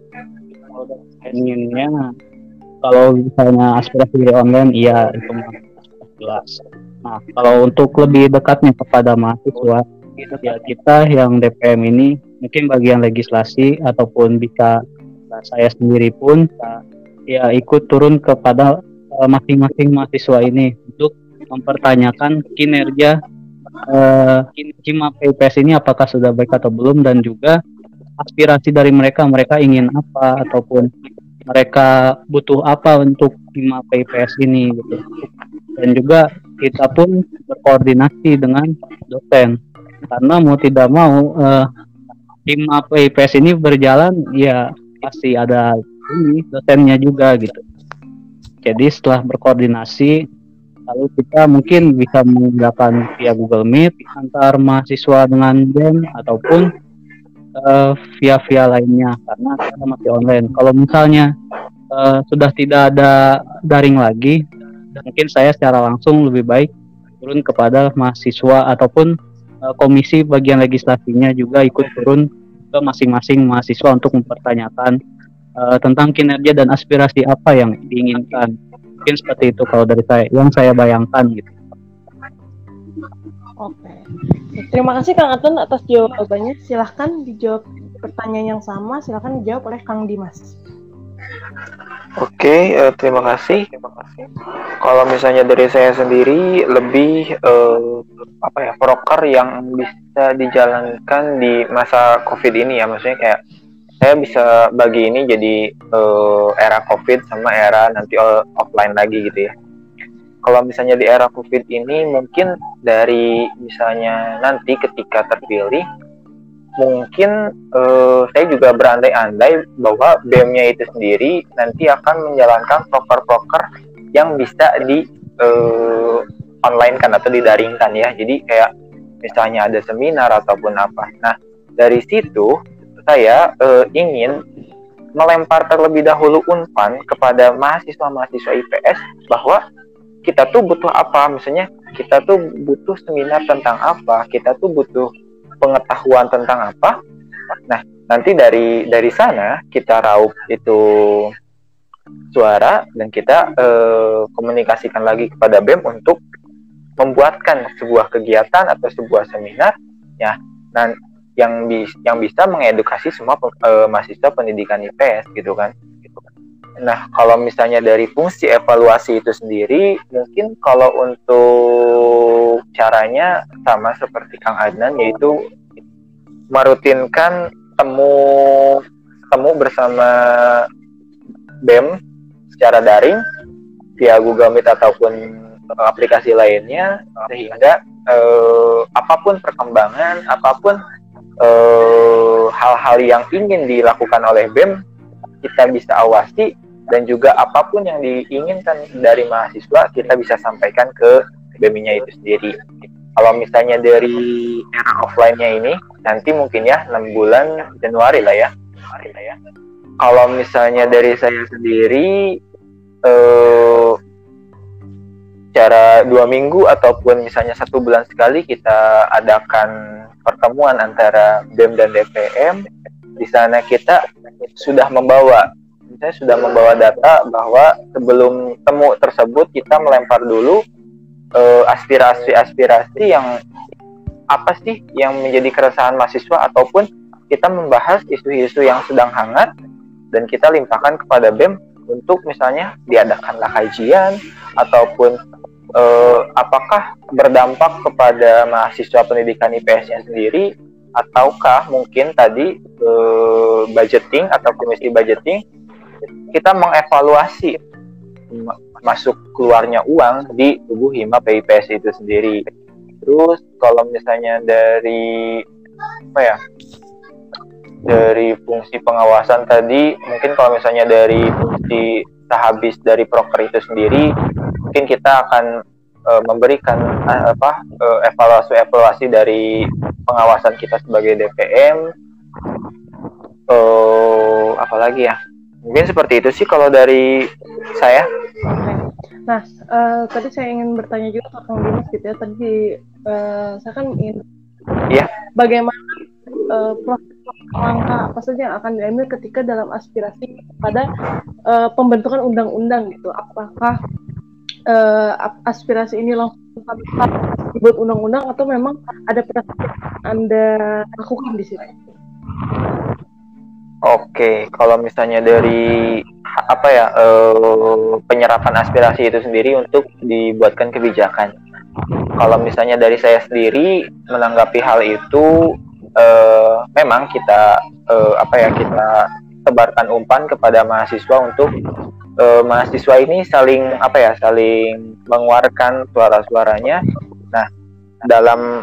S2: inginnya kalau misalnya aspirasi dari online, iya itu jelas. Nah, kalau untuk lebih dekatnya kepada mahasiswa, ya kita yang DPM ini mungkin bagian legislasi ataupun bisa saya sendiri pun ya ikut turun kepada masing-masing mahasiswa ini untuk mempertanyakan kinerja Hima PIPS ini apakah sudah baik atau belum, dan juga aspirasi dari mereka ingin apa ataupun mereka butuh apa untuk Hima PIPS ini gitu. Dan juga kita pun berkoordinasi dengan dosen, karena mau tidak mau Hima PIPS ini berjalan ya pasti ada ini dosennya juga gitu. Jadi setelah berkoordinasi, lalu kita mungkin bisa menggunakan via Google Meet antar mahasiswa dengan BEM ataupun via lainnya, karena kita masih online. Kalau misalnya sudah tidak ada daring lagi, mungkin saya secara langsung lebih baik turun kepada mahasiswa ataupun komisi bagian legislasinya juga ikut turun ke masing-masing mahasiswa untuk mempertanyakan tentang kinerja dan aspirasi apa yang diinginkan. Mungkin seperti itu kalau dari saya, yang saya bayangkan gitu.
S1: Oke. Terima kasih Kang Adnan atas jawabannya. Silahkan dijawab pertanyaan yang sama, silahkan dijawab oleh Kang Dimas.
S3: Oke, terima kasih. Kalau misalnya dari saya sendiri lebih proker yang bisa dijalankan di masa COVID ini ya, maksudnya kayak saya bisa bagi ini jadi era COVID sama era nanti offline lagi gitu ya. kalau misalnya di era COVID ini mungkin dari misalnya nanti ketika terpilih, mungkin saya juga berandai-andai bahwa BEM-nya itu sendiri nanti akan menjalankan proker-proker yang bisa di online kan atau didaringkan ya. Jadi kayak misalnya ada seminar ataupun apa. Nah, dari situ saya ingin melempar terlebih dahulu umpan kepada mahasiswa-mahasiswa IPS bahwa kita tuh butuh apa, misalnya kita tuh butuh seminar tentang apa, kita tuh butuh pengetahuan tentang apa. Nah, nanti dari sana kita raup itu suara dan kita komunikasikan lagi kepada BEM untuk membuatkan sebuah kegiatan atau sebuah seminar ya, dan yang bisa mengedukasi semua mahasiswa pendidikan IPS gitu kan. Nah, kalau misalnya dari fungsi evaluasi itu sendiri, mungkin kalau untuk caranya sama seperti Kang Adnan, yaitu merutinkan temu bersama BEM secara daring via Google Meet ataupun aplikasi lainnya, sehingga apapun perkembangan, apapun hal-hal yang ingin dilakukan oleh BEM kita bisa awasi, dan juga apapun yang diinginkan dari mahasiswa kita bisa sampaikan ke BEM-nya itu sendiri. Kalau misalnya dari era offline-nya ini nanti mungkin ya 6 bulan Januari lah ya. Kalau misalnya dari saya sendiri cara 2 minggu ataupun misalnya 1 bulan sekali kita adakan pertemuan antara BEM dan DPM. Di sana kita sudah membawa data bahwa sebelum temu tersebut kita melempar dulu aspirasi yang apa sih yang menjadi keresahan mahasiswa, ataupun kita membahas isu-isu yang sedang hangat dan kita limpahkan kepada BEM untuk misalnya diadakanlah kajian ataupun apakah berdampak kepada mahasiswa pendidikan IPS-nya sendiri, ataukah mungkin tadi budgeting atau komisi budgeting kita mengevaluasi masuk keluarnya uang di tubuh Hima PIPS itu sendiri. Terus kalau misalnya dari dari fungsi pengawasan tadi, mungkin kalau misalnya dari fungsi sehabis dari proker itu sendiri, mungkin kita akan memberikan evaluasi dari pengawasan kita sebagai DPM. Apalagi ya, mungkin seperti itu sih kalau dari saya.
S1: Oke. Nah, tadi saya ingin bertanya juga ke Kang Dimas gitu ya. Tadi saya kan ingin bagaimana proses langkah apa saja yang akan diambil ketika dalam aspirasi pada pembentukan undang-undang gitu. Apakah aspirasi ini langsung dibuat undang-undang atau memang ada proses yang Anda lakukan di sini?
S3: Oke, kalau misalnya dari penyerapan aspirasi itu sendiri untuk dibuatkan kebijakan. Kalau misalnya dari saya sendiri menanggapi hal itu, memang kita kita sebarkan umpan kepada mahasiswa untuk mahasiswa ini saling mengeluarkan suara-suaranya. Nah, dalam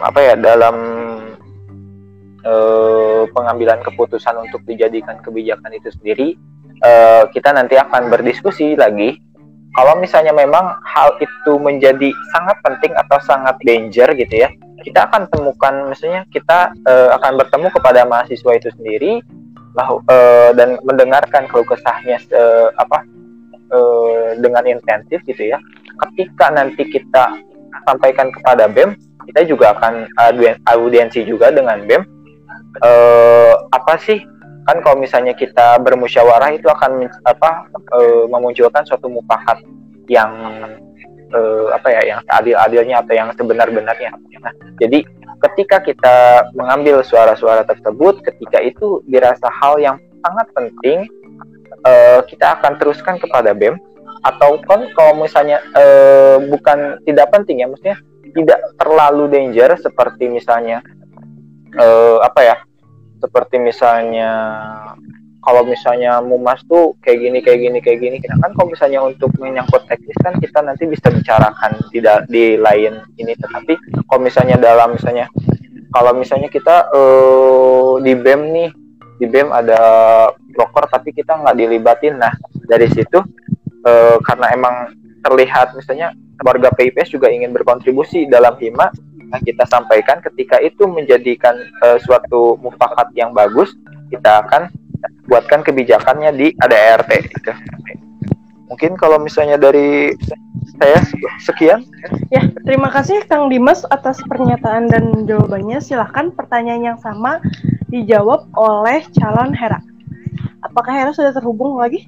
S3: pengambilan keputusan untuk dijadikan kebijakan itu sendiri, kita nanti akan berdiskusi lagi. Kalau misalnya memang hal itu menjadi sangat penting atau sangat danger gitu ya, kita akan temukan, misalnya kita akan bertemu kepada mahasiswa itu sendiri dan mendengarkan keluh kesahnya dengan intensif gitu ya. Ketika nanti kita sampaikan kepada BEM, kita juga akan audiensi juga dengan BEM. Kan kalau misalnya kita bermusyawarah itu akan memunculkan suatu mufakat yang yang seadil-adilnya atau yang sebenar-benarnya. Nah, jadi ketika kita mengambil suara-suara tersebut, ketika itu dirasa hal yang sangat penting, kita akan teruskan kepada BEM. Ataupun kalau misalnya bukan tidak penting ya, maksudnya tidak terlalu danger, seperti misalnya seperti misalnya kalau misalnya Mumas tuh kayak gini. Nah, kan kalau misalnya untuk menyangkut teknis kan kita nanti bisa bicarakan di lain ini. Tetapi kalau misalnya kalau misalnya kita di BEM nih, di BEM ada proker tapi kita nggak dilibatin. Nah, dari situ karena emang terlihat misalnya warga PIPS juga ingin berkontribusi dalam hima, nah kita sampaikan ketika itu menjadikan suatu mufakat yang bagus, kita akan buatkan kebijakannya di ADART gitu. Mungkin kalau misalnya dari saya sekian.
S1: Ya, terima kasih Kang Dimas atas pernyataan dan jawabannya. Silahkan pertanyaan yang sama dijawab oleh calon Hera. Apakah Hera sudah terhubung lagi?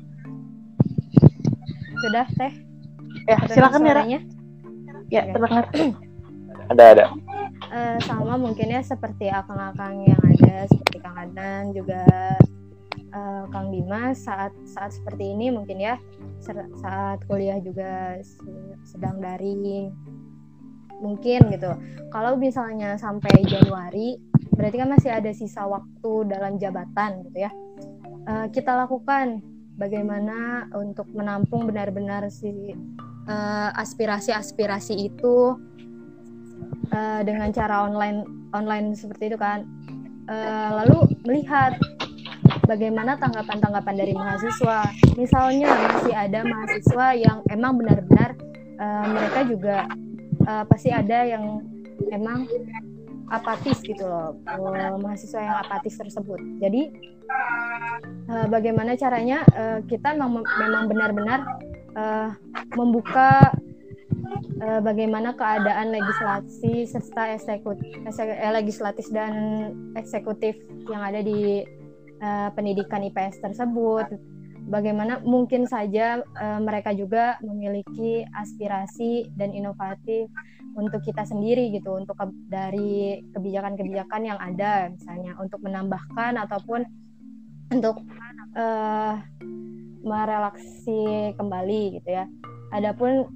S4: Sudah, Teh.
S1: Ya, silakan Hera. Ya, terdengar.
S3: Ada.
S4: Sama mungkin ya seperti akang-akang yang ada, seperti Kang Adnan juga Kang Dimas saat seperti ini mungkin ya, saat kuliah juga sedang daring mungkin gitu. Kalau misalnya sampai Januari berarti kan masih ada sisa waktu dalam jabatan gitu ya. Kita lakukan bagaimana untuk menampung benar-benar aspirasi-aspirasi itu dengan cara online seperti itu kan. Lalu melihat bagaimana tanggapan-tanggapan dari mahasiswa. Misalnya masih ada mahasiswa yang emang benar-benar mereka juga pasti ada yang emang apatis gitu loh, mahasiswa yang apatis tersebut. Jadi bagaimana caranya kita memang benar-benar membuka bagaimana keadaan legislasi serta legislatif dan eksekutif yang ada di pendidikan IPS tersebut. Bagaimana mungkin saja mereka juga memiliki aspirasi dan inovatif untuk kita sendiri gitu, untuk dari kebijakan-kebijakan yang ada, misalnya untuk menambahkan ataupun untuk merelaksi kembali gitu ya. Adapun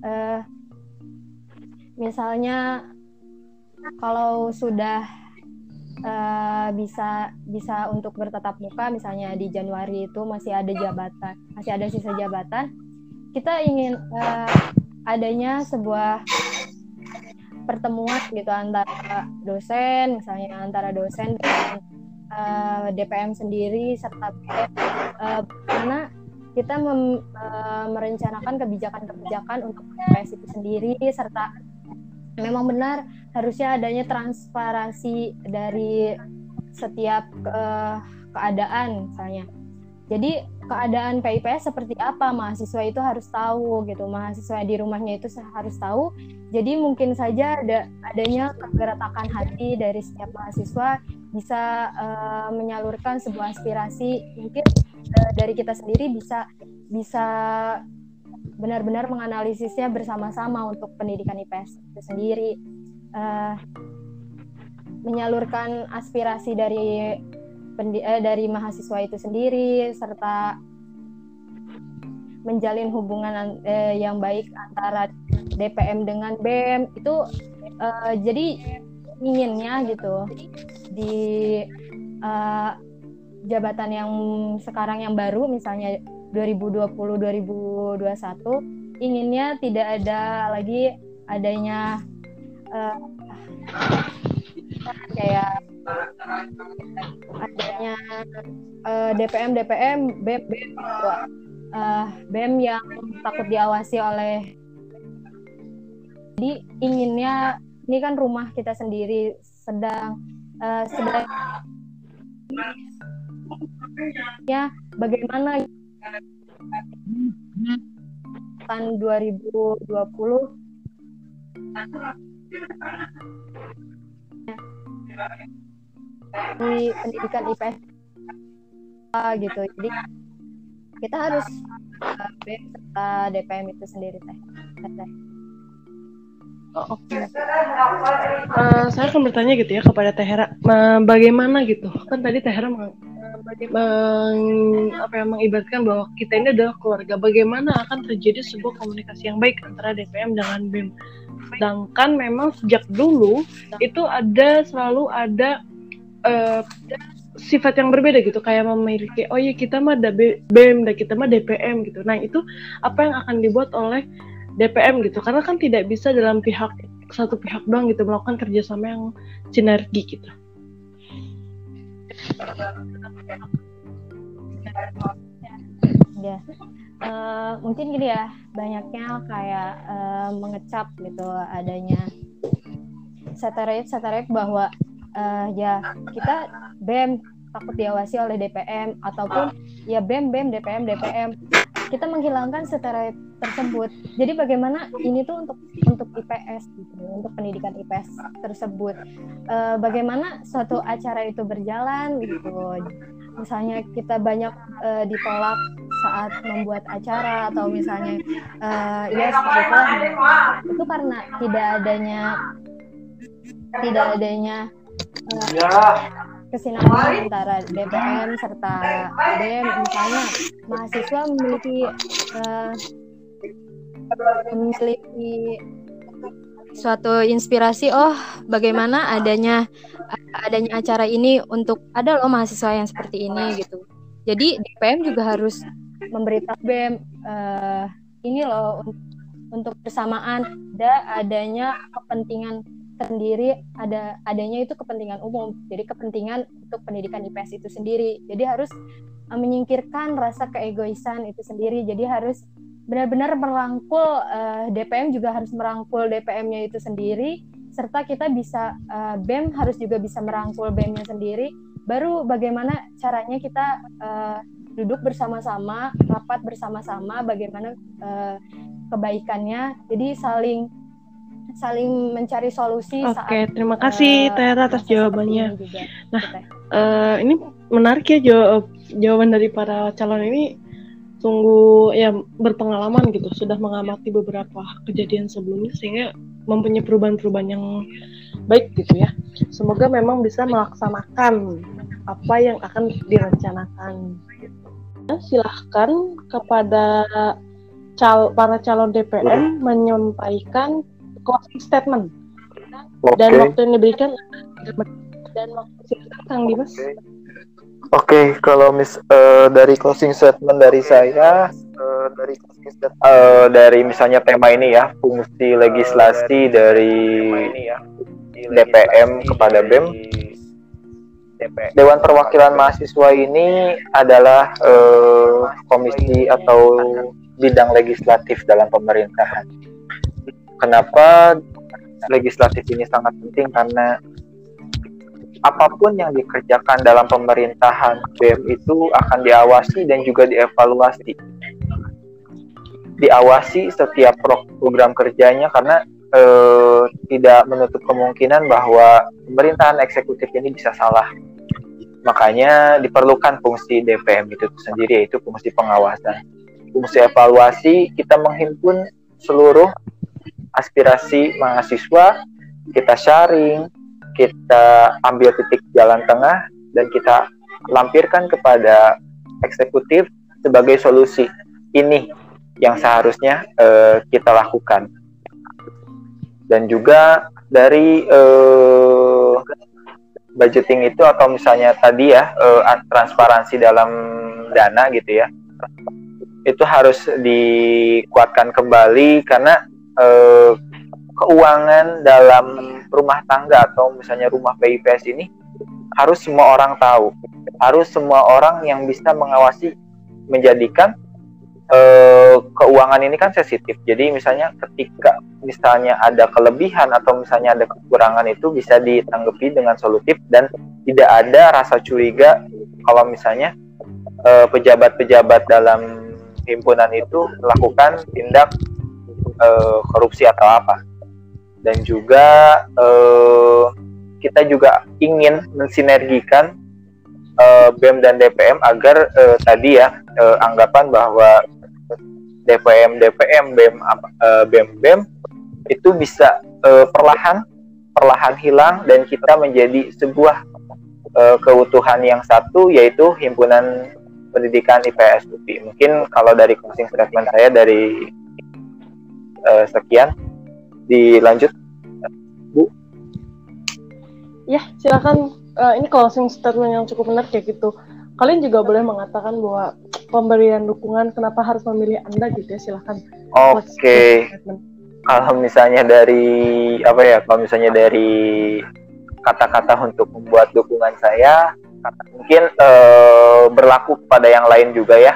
S4: misalnya kalau sudah bisa untuk bertatap muka, misalnya di Januari itu masih ada sisa jabatan, kita ingin adanya sebuah pertemuan gitu antara dosen, misalnya antara dosen dengan DPM sendiri serta karena kita merencanakan kebijakan-kebijakan untuk IPS itu sendiri, serta memang benar harusnya adanya transparansi dari setiap keadaan misalnya. Jadi keadaan PIPS seperti apa mahasiswa itu harus tahu gitu, mahasiswa di rumahnya itu harus tahu. Jadi mungkin saja adanya kegertakan hati dari setiap mahasiswa bisa menyalurkan sebuah aspirasi, mungkin dari kita sendiri bisa benar-benar menganalisisnya bersama-sama untuk pendidikan IPS itu sendiri, menyalurkan aspirasi dari mahasiswa itu sendiri, serta menjalin hubungan yang baik antara DPM dengan BEM itu. Jadi inginnya gitu di jabatan yang sekarang yang baru, misalnya 2020-2021, inginnya tidak ada lagi adanya kayak adanya DPM BEM BEM yang takut diawasi oleh. Jadi inginnya, ini kan rumah kita sendiri sedang ya bagaimana tahun 2020 di pendidikan IPS gitu. Jadi kita harus BEM serta DPM itu sendiri teh.
S1: Oke. Saya akan bertanya gitu ya kepada Teh Hera, bagaimana gitu kan tadi Teh Hera mengibaratkan bahwa kita ini adalah keluarga. Bagaimana akan terjadi sebuah komunikasi yang baik antara DPM dengan BEM? Sedangkan memang sejak dulu itu selalu ada sifat yang berbeda gitu, kayak memiliki oh ya kita mah BEM dan kita mah DPM gitu. Nah itu apa yang akan dibuat oleh DPM gitu, karena kan tidak bisa dalam satu pihak doang gitu melakukan kerjasama yang sinergi gitu.
S4: Ya, mungkin gini ya, banyaknya kayak mengecap gitu adanya stereotip bahwa ya kita BEM takut diawasi oleh DPM, ataupun ya BEM DPM kita menghilangkan stereotip tersebut. Jadi bagaimana ini tuh untuk IPS gitu, untuk pendidikan IPS tersebut, bagaimana suatu acara itu berjalan gitu. Misalnya kita banyak ditolak saat membuat acara, atau misalnya ya seperti itulah, itu karena tidak adanya kesinambungan antara DPM serta BEM. Misalnya mahasiswa memiliki suatu inspirasi, oh bagaimana adanya acara ini, untuk ada loh mahasiswa yang seperti ini gitu. Jadi DPM juga harus memberitahu BEM ini loh, untuk bersamaan adanya kepentingan sendiri, adanya itu kepentingan umum, jadi kepentingan untuk pendidikan IPS itu sendiri. Jadi harus menyingkirkan rasa keegoisan itu sendiri. Jadi harus benar-benar merangkul, DPM juga harus merangkul DPM-nya itu sendiri, serta kita bisa BEM harus juga bisa merangkul BEM-nya sendiri. Baru bagaimana caranya kita duduk bersama-sama, rapat bersama-sama, bagaimana kebaikannya. Jadi saling mencari solusi.
S1: Oke, terima kasih Tera atas jawabannya. Nah, ini menarik ya, jawaban dari para calon ini sungguh ya berpengalaman gitu, sudah mengamati beberapa kejadian sebelumnya sehingga mempunyai perubahan-perubahan yang baik gitu ya. Semoga memang bisa melaksanakan apa yang akan direncanakan. Silahkan kepada para calon DPM menyampaikan closing statement. Dan waktu yang diberikan Kang Dimas.
S3: Oke, kalau dari closing statement dari saya, dari misalnya tema ini ya, fungsi legislasi dari DPM kepada BEM. Dewan Perwakilan Mahasiswa ini adalah komisi atau bidang legislatif dalam pemerintahan. Kenapa legislatif ini sangat penting? Karena apapun yang dikerjakan dalam pemerintahan BEM itu akan diawasi dan juga dievaluasi. Diawasi setiap program kerjanya, karena tidak menutup kemungkinan bahwa pemerintahan eksekutif ini bisa salah. Makanya diperlukan fungsi DPM itu sendiri, yaitu fungsi pengawasan. Fungsi evaluasi, kita menghimpun seluruh aspirasi mahasiswa, kita sharing, kita ambil titik jalan tengah, dan kita lampirkan kepada eksekutif sebagai solusi. Ini yang seharusnya kita lakukan. Dan juga dari budgeting itu, atau misalnya tadi ya transparansi dalam dana gitu ya, itu harus dikuatkan kembali, karena keuangan dalam rumah tangga atau misalnya rumah PIPS ini harus semua orang tahu, harus semua orang yang bisa mengawasi, menjadikan keuangan ini kan sensitif. Jadi misalnya ketika misalnya ada kelebihan atau misalnya ada kekurangan, itu bisa ditanggapi dengan solutif dan tidak ada rasa curiga kalau misalnya pejabat-pejabat dalam himpunan itu melakukan tindak korupsi atau apa. Dan juga kita juga ingin mensinergikan BEM dan DPM agar tadi ya anggapan bahwa DPM, BEM itu bisa perlahan hilang, dan kita menjadi sebuah keutuhan yang satu, yaitu Himpunan Pendidikan IPS UPI. Mungkin kalau dari closing statement saya dari sekian, dilanjut Bu.
S1: Ya, silakan ini closing statement yang cukup menarik kayak gitu. Kalian juga boleh mengatakan bahwa pemberian dukungan kenapa harus memilih Anda gitu ya, silahkan.
S3: Oke. Kalau misalnya dari kata-kata untuk membuat dukungan saya, mungkin berlaku kepada yang lain juga ya.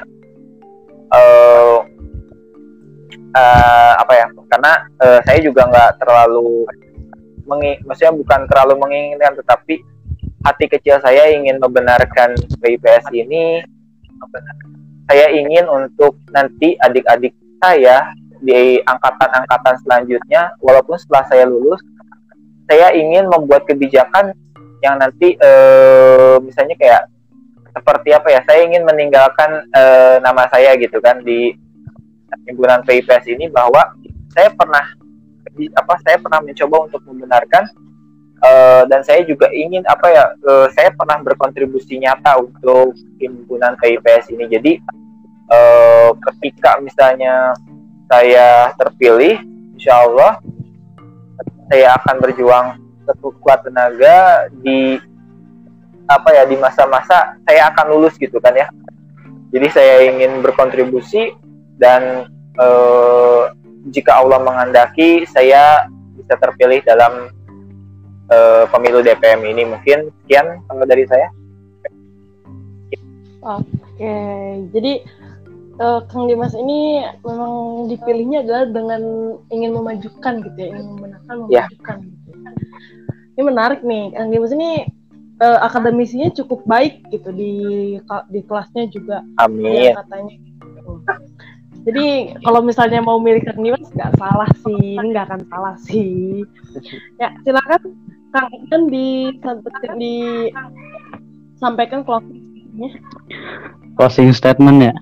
S3: Karena saya juga nggak terlalu maksudnya bukan terlalu menginginkan, tetapi hati kecil saya ingin membenarkan PIPS ini. Saya ingin untuk nanti adik-adik saya di angkatan-angkatan selanjutnya, walaupun setelah saya lulus, saya ingin membuat kebijakan yang nanti misalnya kayak seperti apa ya, saya ingin meninggalkan nama saya gitu kan di himpunan PIPS ini, bahwa saya pernah mencoba untuk membenarkan, dan saya juga ingin saya pernah berkontribusi nyata untuk himpunan PIPS ini. Jadi ketika misalnya saya terpilih, insya Allah saya akan berjuang sekuat tenaga di masa-masa saya akan lulus gitu kan ya. Jadi saya ingin berkontribusi, dan jika Allah menghendaki saya bisa terpilih dalam pemilu DPM ini. Mungkin sekian kalau dari saya.
S1: Oke, jadi Kang Dimas ini memang dipilihnya adalah dengan ingin memajukan gitu ya, ingin memajukan gitu. Ini menarik nih, Kang Dimas ini akademisinya cukup baik gitu di kelasnya juga.
S3: Amin.
S1: Ya, katanya. Jadi kalau misalnya mau milih Kang Dimas nggak salah sih, ini nggak akan salah sih. Ya silakan Kang Ikan disampaikan closing-nya.
S2: Closing statement ya.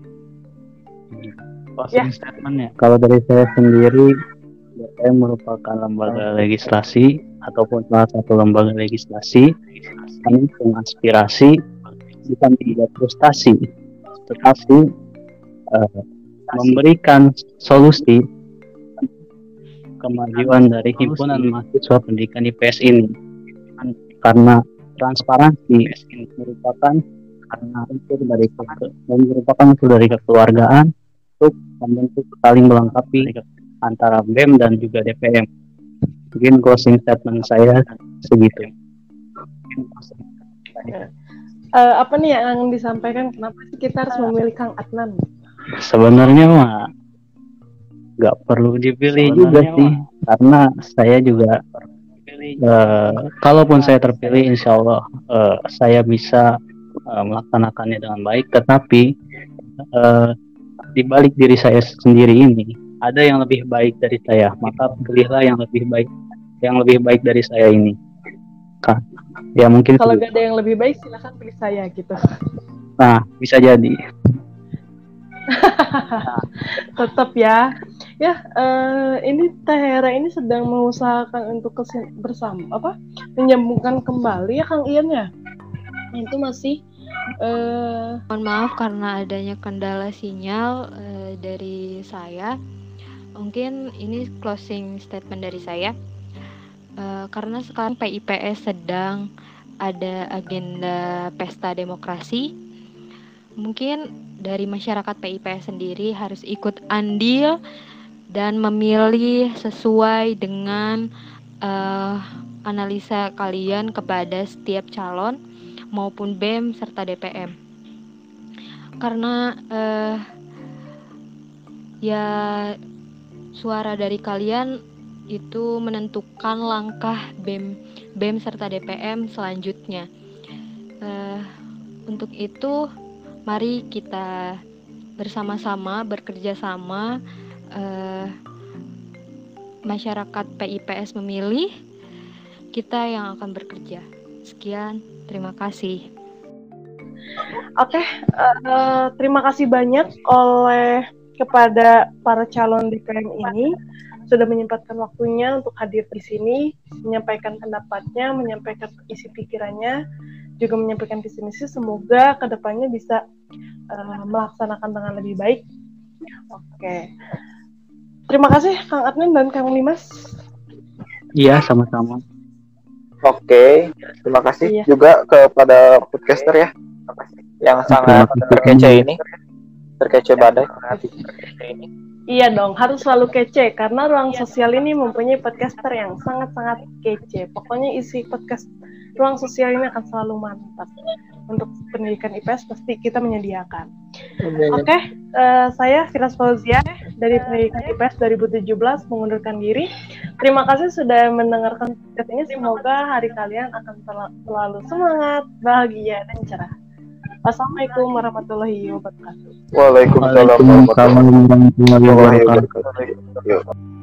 S2: Kalau dari saya sendiri, saya merupakan lembaga legislasi ataupun salah satu lembaga legislasi. Kami punya aspirasi, bukan tidak frustasi, tetapi memberikan solusi kemajuan dari himpunan mahasiswa pendidikan IPS ini, karena transparansi merupakan unsur dari kekeluargaan untuk membentuk saling melengkapi antara BEM dan juga DPM. Mungkin closing statement saya segitu.
S1: Apa nih yang disampaikan, kenapa sih kita harus memilih Kang Adnan?
S2: Sebenarnya mah nggak perlu dipilih juga sih, karena saya juga kalaupun saya terpilih, insya Allah saya bisa melaksanakannya dengan baik. Tetapi di balik diri saya sendiri ini ada yang lebih baik dari saya, maka pilihlah yang lebih baik dari saya ini. Ya mungkin
S1: kalau gak ada yang lebih baik silakan pilih saya gitu.
S2: Nah, bisa jadi.
S1: Tetap ya. Ini Teh Hera ini sedang mengusahakan untuk menyambungkan kembali ya Kang Ian ya. Itu masih
S4: mohon maaf karena adanya kendala sinyal dari saya. Mungkin ini closing statement dari saya. Karena sekarang PIPS sedang ada agenda pesta demokrasi, mungkin dari masyarakat PIPS sendiri harus ikut andil dan memilih sesuai dengan analisa kalian kepada setiap calon maupun BEM serta DPM. Karena suara dari kalian itu menentukan langkah BEM serta DPM selanjutnya. Untuk itu, mari kita bersama-sama bekerja sama, masyarakat PIPS memilih, kita yang akan bekerja. Sekian, terima kasih.
S1: Oke, terima kasih banyak kepada para calon DPM ini sudah menyempatkan waktunya untuk hadir di sini, menyampaikan pendapatnya, menyampaikan isi pikirannya, juga menyampaikan visi misi. Semoga kedepannya bisa melaksanakan dengan lebih baik. Oke, terima kasih Kang Adnan dan Kang Dimas.
S2: Iya, sama-sama.
S3: Oke, terima kasih
S1: Iya.
S3: juga kepada podcaster ya yang sangat terkece ini, terkece badai.
S1: Iya dong, harus selalu kece karena Ruang Sosial ini mempunyai podcaster yang sangat-sangat kece. Pokoknya isi podcast Ruang Sosial ini akan selalu mantap. Untuk pendidikan IPS pasti kita menyediakan. Oke, saya Firas Fauzia dari Pendidikan IPS 2017 mengundurkan diri. Terima kasih sudah mendengarkan podcast ini. Semoga hari kalian akan selalu semangat, bahagia, dan cerah. Wassalamualaikum warahmatullahi wabarakatuh.
S3: Waalaikumsalam
S2: Waalaikumsalam warahmatullahi
S3: warahmatullahi
S2: wabarakatuh.
S3: wabarakatuh. Yuk.